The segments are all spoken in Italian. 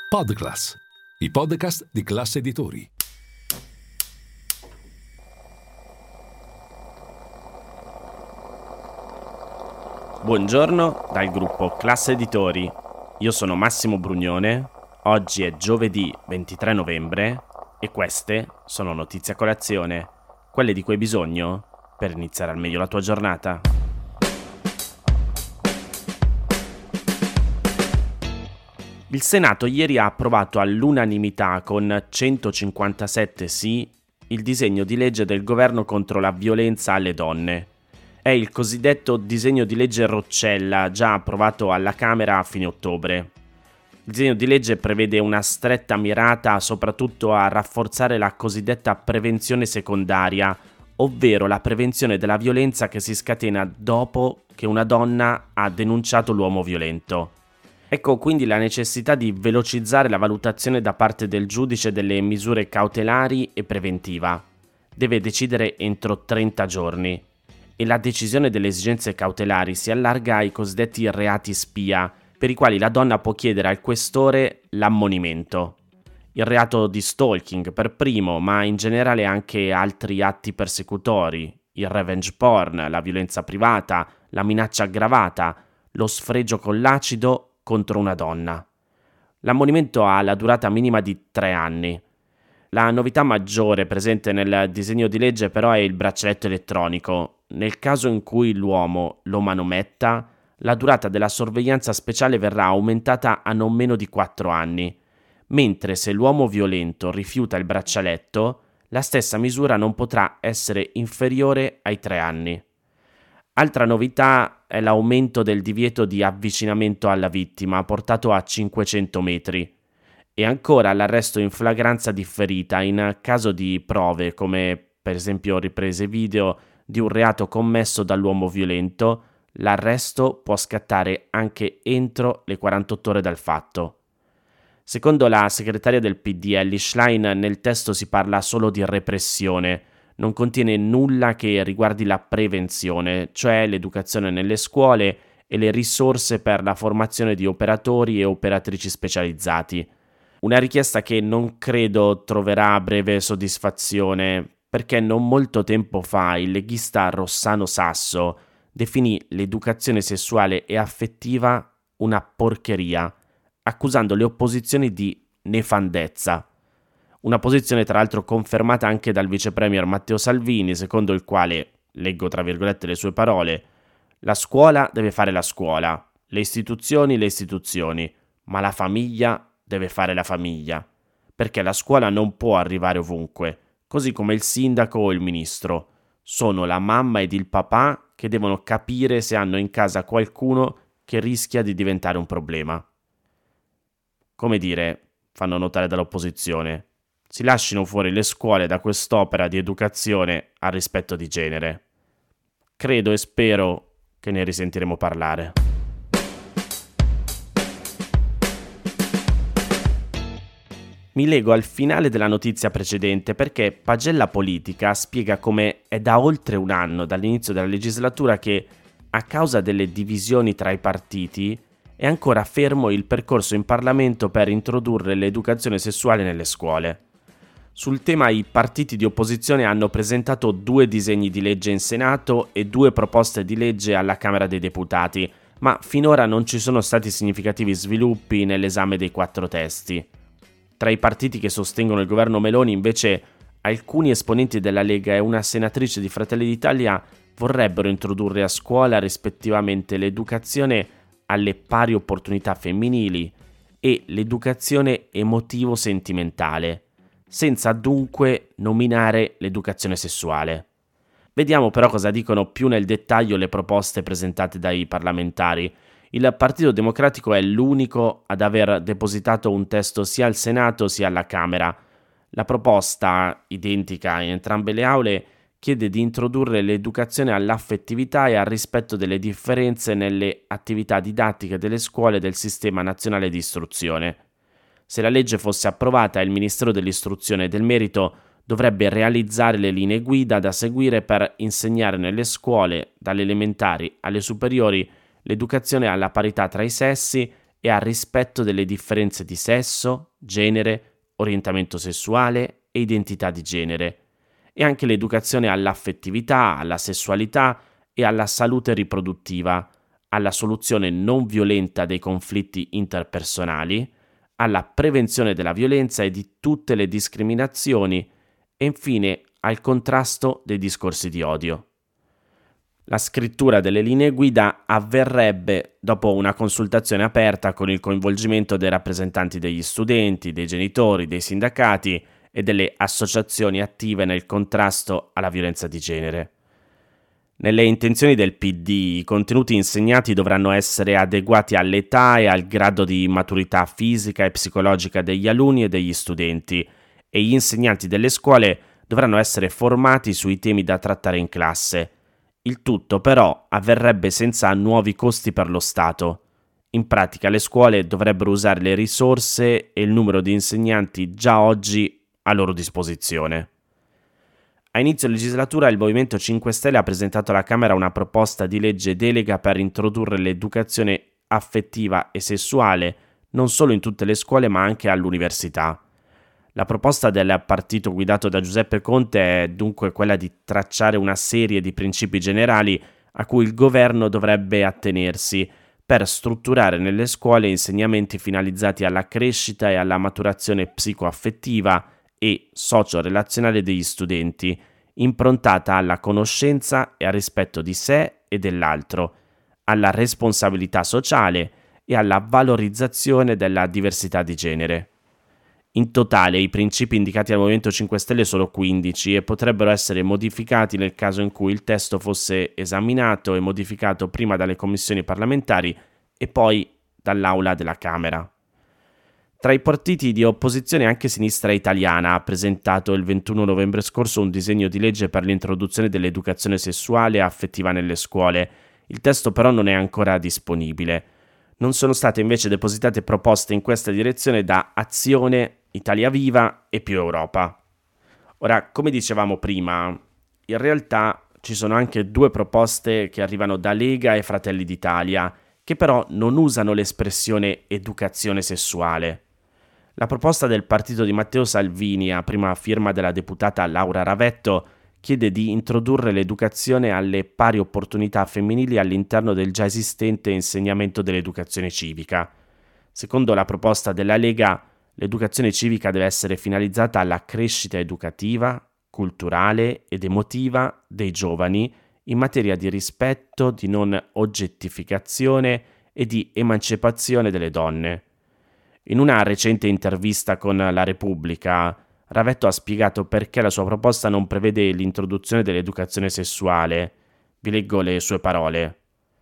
Podclass, i podcast di Classe Editori. Buongiorno dal gruppo Classe Editori. Io sono Massimo Brugnone. Oggi è giovedì 23 novembre e queste sono notizie a colazione, quelle di cui hai bisogno per iniziare al meglio la tua giornata. Il Senato ieri ha approvato all'unanimità con 157 sì il disegno di legge del governo contro la violenza alle donne. È il cosiddetto disegno di legge Roccella, già approvato alla Camera a fine ottobre. Il disegno di legge prevede una stretta mirata soprattutto a rafforzare la cosiddetta prevenzione secondaria, ovvero la prevenzione della violenza che si scatena dopo che una donna ha denunciato l'uomo violento. Ecco quindi la necessità di velocizzare la valutazione da parte del giudice delle misure cautelari e preventiva. Deve decidere entro 30 giorni e la decisione delle esigenze cautelari si allarga ai cosiddetti reati spia, per i quali la donna può chiedere al questore l'ammonimento. Il reato di stalking per primo, ma in generale anche altri atti persecutori, il revenge porn, la violenza privata, la minaccia aggravata, lo sfregio con l'acido contro una donna. L'ammonimento ha la durata minima di 3 anni. La novità maggiore presente nel disegno di legge però è il braccialetto elettronico. Nel caso in cui l'uomo lo manometta, la durata della sorveglianza speciale verrà aumentata a non meno di 4 anni, mentre se l'uomo violento rifiuta il braccialetto, la stessa misura non potrà essere inferiore ai 3 anni. Altra novità è l'aumento del divieto di avvicinamento alla vittima, portato a 500 metri, e ancora l'arresto in flagranza differita in caso di prove, come per esempio riprese video di un reato commesso dall'uomo violento. L'arresto può scattare anche entro le 48 ore dal fatto. Secondo la segretaria del PD, Elly Schlein, nel testo si parla solo di repressione. Non contiene nulla che riguardi la prevenzione, cioè l'educazione nelle scuole e le risorse per la formazione di operatori e operatrici specializzati. Una richiesta che non credo troverà breve soddisfazione, perché non molto tempo fa il leghista Rossano Sasso definì l'educazione sessuale e affettiva una porcheria, accusando le opposizioni di nefandezza. Una posizione tra l'altro confermata anche dal vice premier Matteo Salvini, secondo il quale, leggo tra virgolette le sue parole, la scuola deve fare la scuola, le istituzioni, ma la famiglia deve fare la famiglia, perché la scuola non può arrivare ovunque, così come il sindaco o il ministro. Sono la mamma ed il papà che devono capire se hanno in casa qualcuno che rischia di diventare un problema. Come dire, fanno notare dall'opposizione, si lascino fuori le scuole da quest'opera di educazione al rispetto di genere. Credo e spero che ne risentiremo parlare. Mi lego al finale della notizia precedente perché Pagella Politica spiega come è da oltre un anno dall'inizio della legislatura che, a causa delle divisioni tra i partiti, è ancora fermo il percorso in Parlamento per introdurre l'educazione sessuale nelle scuole. Sul tema i partiti di opposizione hanno presentato 2 disegni di legge in Senato e 2 proposte di legge alla Camera dei Deputati, ma finora non ci sono stati significativi sviluppi nell'esame dei 4 testi. Tra i partiti che sostengono il governo Meloni, invece, alcuni esponenti della Lega e una senatrice di Fratelli d'Italia vorrebbero introdurre a scuola rispettivamente l'educazione alle pari opportunità femminili e l'educazione emotivo-sentimentale, senza dunque nominare l'educazione sessuale. Vediamo però cosa dicono più nel dettaglio le proposte presentate dai parlamentari. Il Partito Democratico è l'unico ad aver depositato un testo sia al Senato sia alla Camera. La proposta, identica in entrambe le aule, chiede di introdurre l'educazione all'affettività e al rispetto delle differenze nelle attività didattiche delle scuole del Sistema Nazionale di Istruzione. Se la legge fosse approvata, il Ministero dell'Istruzione e del Merito dovrebbe realizzare le linee guida da seguire per insegnare nelle scuole, dalle elementari alle superiori, l'educazione alla parità tra i sessi e al rispetto delle differenze di sesso, genere, orientamento sessuale e identità di genere, e anche l'educazione all'affettività, alla sessualità e alla salute riproduttiva, alla soluzione non violenta dei conflitti interpersonali, alla prevenzione della violenza e di tutte le discriminazioni e infine al contrasto dei discorsi di odio. La scrittura delle linee guida avverrebbe dopo una consultazione aperta con il coinvolgimento dei rappresentanti degli studenti, dei genitori, dei sindacati e delle associazioni attive nel contrasto alla violenza di genere. Nelle intenzioni del PD, i contenuti insegnati dovranno essere adeguati all'età e al grado di maturità fisica e psicologica degli alunni e degli studenti, e gli insegnanti delle scuole dovranno essere formati sui temi da trattare in classe. Il tutto però avverrebbe senza nuovi costi per lo Stato. In pratica le scuole dovrebbero usare le risorse e il numero di insegnanti già oggi a loro disposizione. A inizio legislatura il Movimento 5 Stelle ha presentato alla Camera una proposta di legge delega per introdurre l'educazione affettiva e sessuale non solo in tutte le scuole ma anche all'università. La proposta del partito guidato da Giuseppe Conte è dunque quella di tracciare una serie di principi generali a cui il governo dovrebbe attenersi per strutturare nelle scuole insegnamenti finalizzati alla crescita e alla maturazione psicoaffettiva e socio-relazionale degli studenti, improntata alla conoscenza e al rispetto di sé e dell'altro, alla responsabilità sociale e alla valorizzazione della diversità di genere. In totale i principi indicati al Movimento 5 Stelle sono 15 e potrebbero essere modificati nel caso in cui il testo fosse esaminato e modificato prima dalle commissioni parlamentari e poi dall'Aula della Camera. Tra i partiti di opposizione anche Sinistra Italiana ha presentato il 21 novembre scorso un disegno di legge per l'introduzione dell'educazione sessuale e affettiva nelle scuole. Il testo però non è ancora disponibile. Non sono state invece depositate proposte in questa direzione da Azione, Italia Viva e Più Europa. Ora, come dicevamo prima, in realtà ci sono anche due proposte che arrivano da Lega e Fratelli d'Italia, che però non usano l'espressione educazione sessuale. La proposta del partito di Matteo Salvini, a prima firma della deputata Laura Ravetto, chiede di introdurre l'educazione alle pari opportunità femminili all'interno del già esistente insegnamento dell'educazione civica. Secondo la proposta della Lega, l'educazione civica deve essere finalizzata alla crescita educativa, culturale ed emotiva dei giovani in materia di rispetto, di non oggettificazione e di emancipazione delle donne. In una recente intervista con La Repubblica, Ravetto ha spiegato perché la sua proposta non prevede l'introduzione dell'educazione sessuale. Vi leggo le sue parole.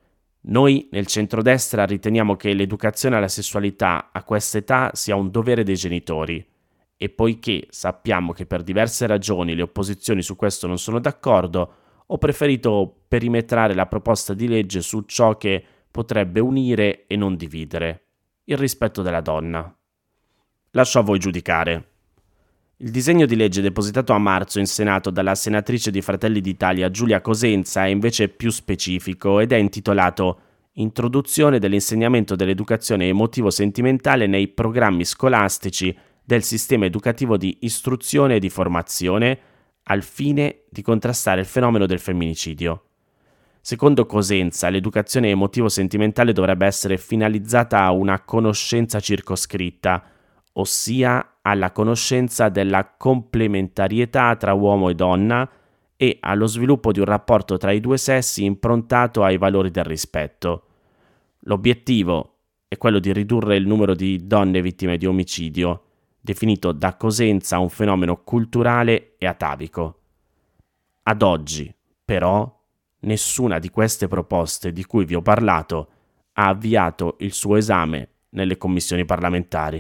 Noi nel centrodestra riteniamo che l'educazione alla sessualità a questa età sia un dovere dei genitori e poiché sappiamo che per diverse ragioni le opposizioni su questo non sono d'accordo, ho preferito perimetrare la proposta di legge su ciò che potrebbe unire e non dividere: il rispetto della donna. Lascio a voi giudicare. Il disegno di legge depositato a marzo in Senato dalla senatrice di Fratelli d'Italia Giulia Cosenza è invece più specifico ed è intitolato Introduzione dell'insegnamento dell'educazione emotivo-sentimentale nei programmi scolastici del sistema educativo di istruzione e di formazione al fine di contrastare il fenomeno del femminicidio. Secondo Cosenza, l'educazione emotivo-sentimentale dovrebbe essere finalizzata a una conoscenza circoscritta, ossia alla conoscenza della complementarietà tra uomo e donna e allo sviluppo di un rapporto tra i due sessi improntato ai valori del rispetto. L'obiettivo è quello di ridurre il numero di donne vittime di omicidio, definito da Cosenza un fenomeno culturale e atavico. Ad oggi, però, nessuna di queste proposte di cui vi ho parlato ha avviato il suo esame nelle commissioni parlamentari.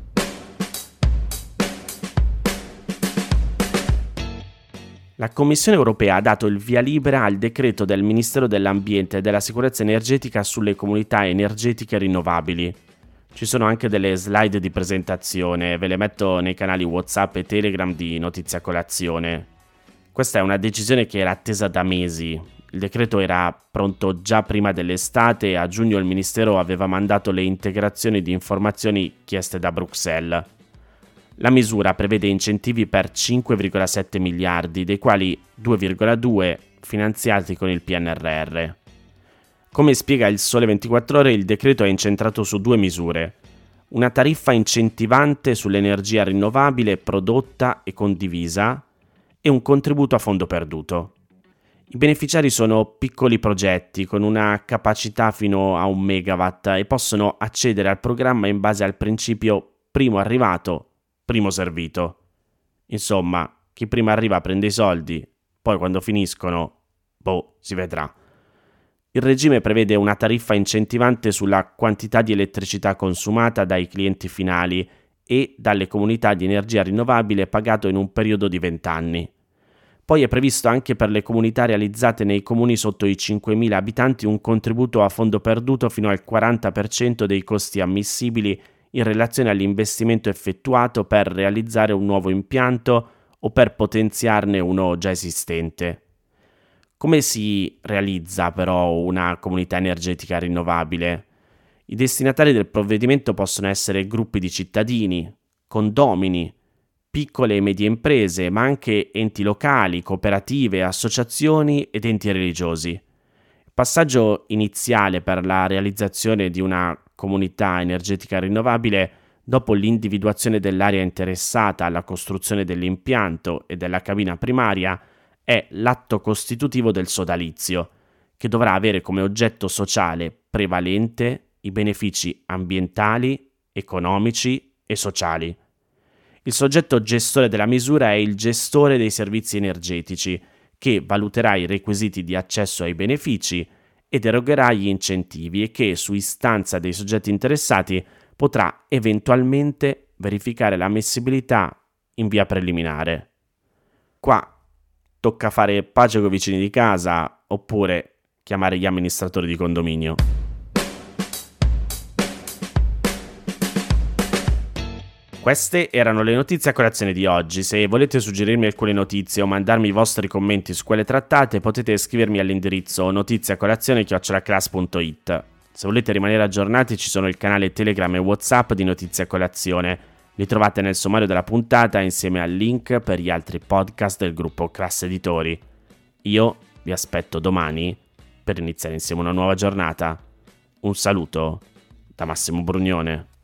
La Commissione europea ha dato il via libera al decreto del Ministero dell'Ambiente e della Sicurezza Energetica sulle comunità energetiche rinnovabili. Ci sono anche delle slide di presentazione, ve le metto nei canali WhatsApp e Telegram di Notizia Colazione. Questa è una decisione che era attesa da mesi. Il decreto era pronto già prima dell'estate e a giugno il Ministero aveva mandato le integrazioni di informazioni chieste da Bruxelles. La misura prevede incentivi per 5,7 miliardi, dei quali 2,2 finanziati con il PNRR. Come spiega il Sole 24 Ore, il decreto è incentrato su due misure: una tariffa incentivante sull'energia rinnovabile prodotta e condivisa e un contributo a fondo perduto. I beneficiari sono piccoli progetti con una capacità fino a 1 megawatt e possono accedere al programma in base al principio primo arrivato, primo servito. Insomma, chi prima arriva prende i soldi, poi quando finiscono, si vedrà. Il regime prevede una tariffa incentivante sulla quantità di elettricità consumata dai clienti finali e dalle comunità di energia rinnovabile pagato in un periodo di 20 anni. Poi è previsto anche per le comunità realizzate nei comuni sotto i 5.000 abitanti un contributo a fondo perduto fino al 40% dei costi ammissibili in relazione all'investimento effettuato per realizzare un nuovo impianto o per potenziarne uno già esistente. Come si realizza però una comunità energetica rinnovabile? I destinatari del provvedimento possono essere gruppi di cittadini, condomini, piccole e medie imprese, ma anche enti locali, cooperative, associazioni ed enti religiosi. Il passaggio iniziale per la realizzazione di una comunità energetica rinnovabile, dopo l'individuazione dell'area interessata alla costruzione dell'impianto e della cabina primaria, è l'atto costitutivo del sodalizio, che dovrà avere come oggetto sociale prevalente i benefici ambientali, economici e sociali. Il soggetto gestore della misura è il gestore dei servizi energetici, che valuterà i requisiti di accesso ai benefici ed erogherà gli incentivi e che, su istanza dei soggetti interessati, potrà eventualmente verificare l'ammissibilità in via preliminare. Qua tocca fare pace con i vicini di casa oppure chiamare gli amministratori di condominio. Queste erano le notizie a colazione di oggi. Se volete suggerirmi alcune notizie o mandarmi i vostri commenti su quelle trattate, potete scrivermi all'indirizzo notiziacolazione@class.it. Se volete rimanere aggiornati, ci sono il canale Telegram e WhatsApp di Notizie a Colazione. Li trovate nel sommario della puntata insieme al link per gli altri podcast del gruppo Class Editori. Io vi aspetto domani per iniziare insieme una nuova giornata. Un saluto da Massimo Brugnone.